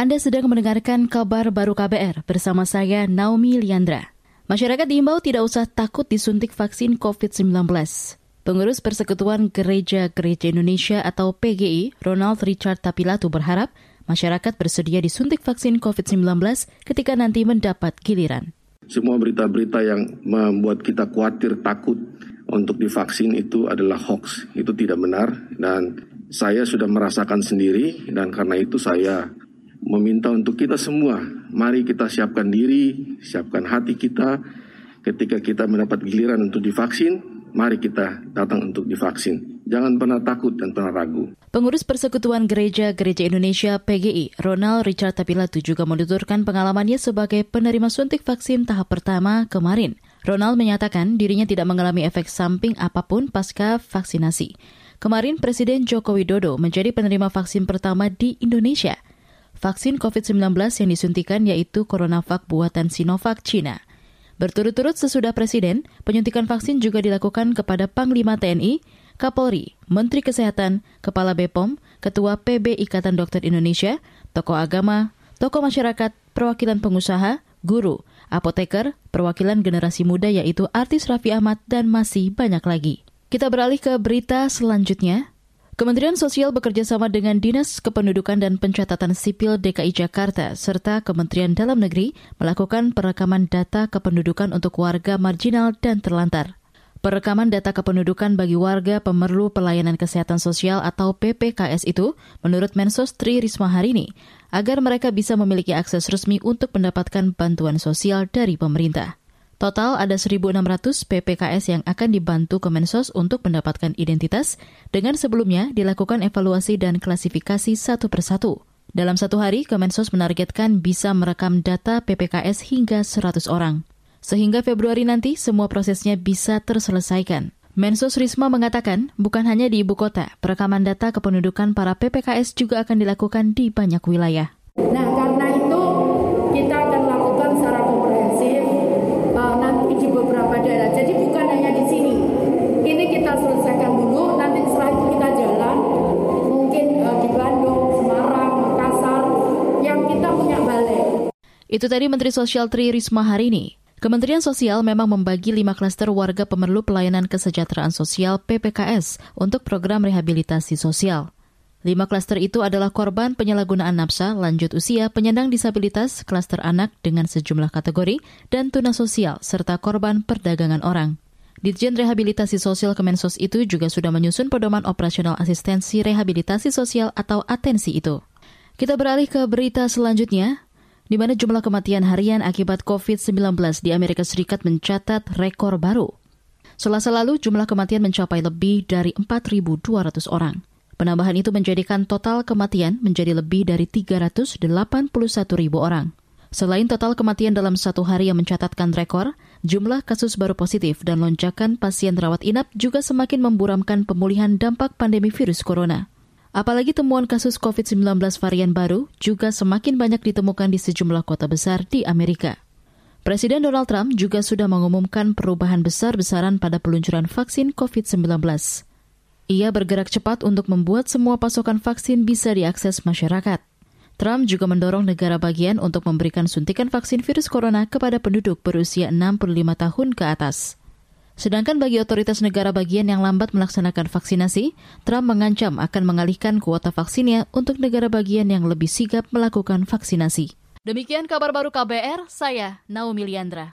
Anda sedang mendengarkan kabar baru KBR bersama saya Naomi Liandra. Masyarakat diimbau tidak usah takut disuntik vaksin COVID-19. Pengurus Persekutuan Gereja-Gereja Indonesia atau PGI, Ronald Richard Tapilatu berharap masyarakat bersedia disuntik vaksin COVID-19 ketika nanti mendapat giliran. Semua berita-berita yang membuat kita khawatir, takut untuk divaksin itu adalah hoax. Itu tidak benar dan saya sudah merasakan sendiri dan karena itu saya meminta untuk kita semua, mari kita siapkan diri, siapkan hati kita. Ketika kita mendapat giliran untuk divaksin, mari kita datang untuk divaksin. Jangan pernah takut dan pernah ragu. Pengurus Persekutuan Gereja-Gereja Indonesia PGI, Ronald Richard Tapilatu juga menuturkan pengalamannya sebagai penerima suntik vaksin tahap pertama kemarin. Ronald menyatakan dirinya tidak mengalami efek samping apapun pasca vaksinasi. Kemarin Presiden Joko Widodo menjadi penerima vaksin pertama di Indonesia. Vaksin COVID-19 yang disuntikan yaitu CoronaVac buatan Sinovac Cina. Berturut-turut sesudah Presiden, penyuntikan vaksin juga dilakukan kepada Panglima TNI, Kapolri, Menteri Kesehatan, Kepala BPOM, Ketua PB Ikatan Dokter Indonesia, tokoh agama, tokoh masyarakat, perwakilan pengusaha, guru, apoteker, perwakilan generasi muda yaitu artis Raffi Ahmad, dan masih banyak lagi. Kita beralih ke berita selanjutnya. Kementerian Sosial bekerjasama dengan Dinas Kependudukan dan Pencatatan Sipil DKI Jakarta serta Kementerian Dalam Negeri melakukan perekaman data kependudukan untuk warga marginal dan terlantar. Perekaman data kependudukan bagi warga pemerlu pelayanan kesehatan sosial atau PPKS itu, menurut Mensos Tri Risma hari ini, agar mereka bisa memiliki akses resmi untuk mendapatkan bantuan sosial dari pemerintah. Total ada 1.600 PPKS yang akan dibantu Kemensos untuk mendapatkan identitas, dengan sebelumnya dilakukan evaluasi dan klasifikasi satu persatu. Dalam satu hari, Kemensos menargetkan bisa merekam data PPKS hingga 100 orang. Sehingga Februari nanti, semua prosesnya bisa terselesaikan. Mensos Risma mengatakan, bukan hanya di ibu kota, perekaman data kependudukan para PPKS juga akan dilakukan di banyak wilayah. Nah, karena itu kita akan lakukan secara komprehensif nanti di beberapa daerah. Jadi bukan hanya di sini. Ini kita selesaikan dulu, nanti setelah itu kita jalan. Mungkin di Bandung, Semarang, Makassar, yang kita punya balai. Itu tadi Menteri Sosial Tri Risma hari ini. Kementerian Sosial memang membagi 5 klaster warga pemerlu pelayanan kesejahteraan sosial PPKS untuk program rehabilitasi sosial. 5 klaster itu adalah korban penyalahgunaan nafsa, lanjut usia, penyandang disabilitas, klaster anak dengan sejumlah kategori, dan tuna sosial, serta korban perdagangan orang. Ditjen Rehabilitasi Sosial Kemensos itu juga sudah menyusun pedoman operasional asistensi rehabilitasi sosial atau atensi itu. Kita beralih ke berita selanjutnya, di mana jumlah kematian harian akibat COVID-19 di Amerika Serikat mencatat rekor baru. Selasa lalu, jumlah kematian mencapai lebih dari 4.200 orang. Penambahan itu menjadikan total kematian menjadi lebih dari 381.000 orang. Selain total kematian dalam satu hari yang mencatatkan rekor, jumlah kasus baru positif dan lonjakan pasien rawat inap juga semakin memburamkan pemulihan dampak pandemi virus corona. Apalagi temuan kasus COVID-19 varian baru juga semakin banyak ditemukan di sejumlah kota besar di Amerika. Presiden Donald Trump juga sudah mengumumkan perubahan besar-besaran pada peluncuran vaksin COVID-19. Ia bergerak cepat untuk membuat semua pasokan vaksin bisa diakses masyarakat. Trump juga mendorong negara bagian untuk memberikan suntikan vaksin virus corona kepada penduduk berusia 65 tahun ke atas. Sedangkan bagi otoritas negara bagian yang lambat melaksanakan vaksinasi, Trump mengancam akan mengalihkan kuota vaksinnya untuk negara bagian yang lebih sigap melakukan vaksinasi. Demikian kabar baru KBR, saya Naomi Liandra.